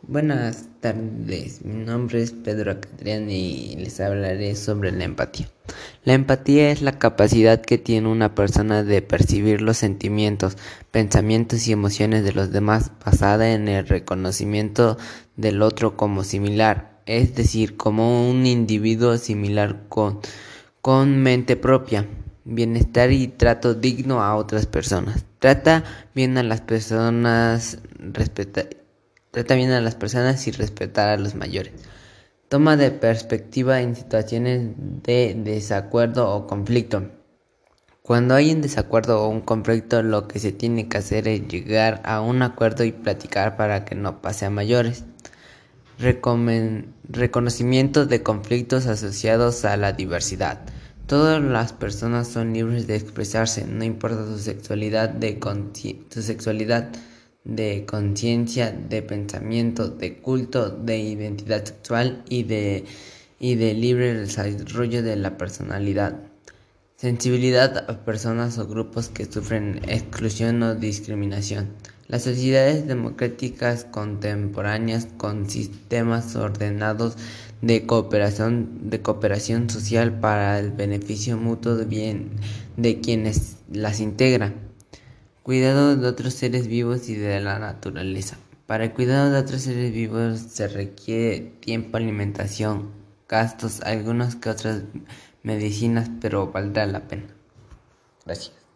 Buenas tardes, mi nombre es Pedro Catrián y les hablaré sobre la empatía. La empatía es la capacidad que tiene una persona de percibir los sentimientos, pensamientos y emociones de los demás basada en el reconocimiento del otro como similar, es decir, como un individuo similar con mente propia, bienestar y trato digno a otras personas. Trata bien a las personas, y respetar a los mayores. Toma de perspectiva en situaciones de desacuerdo o conflicto. Cuando hay un desacuerdo o un conflicto, lo que se tiene que hacer es llegar a un acuerdo y platicar para que no pase a mayores. Reconocimiento de conflictos asociados a la diversidad. Todas las personas son libres de expresarse, no importa su sexualidad, de conciencia, de pensamiento, de culto, de identidad sexual y de libre desarrollo de la personalidad. Sensibilidad a personas o grupos que sufren exclusión o discriminación. Las sociedades democráticas contemporáneas con sistemas ordenados de cooperación social para el beneficio mutuo de quienes las integran. Cuidado de otros seres vivos y de la naturaleza. Para el cuidado de otros seres vivos se requiere tiempo, alimentación, gastos, algunas que otras medicinas, pero valdrá la pena. Gracias.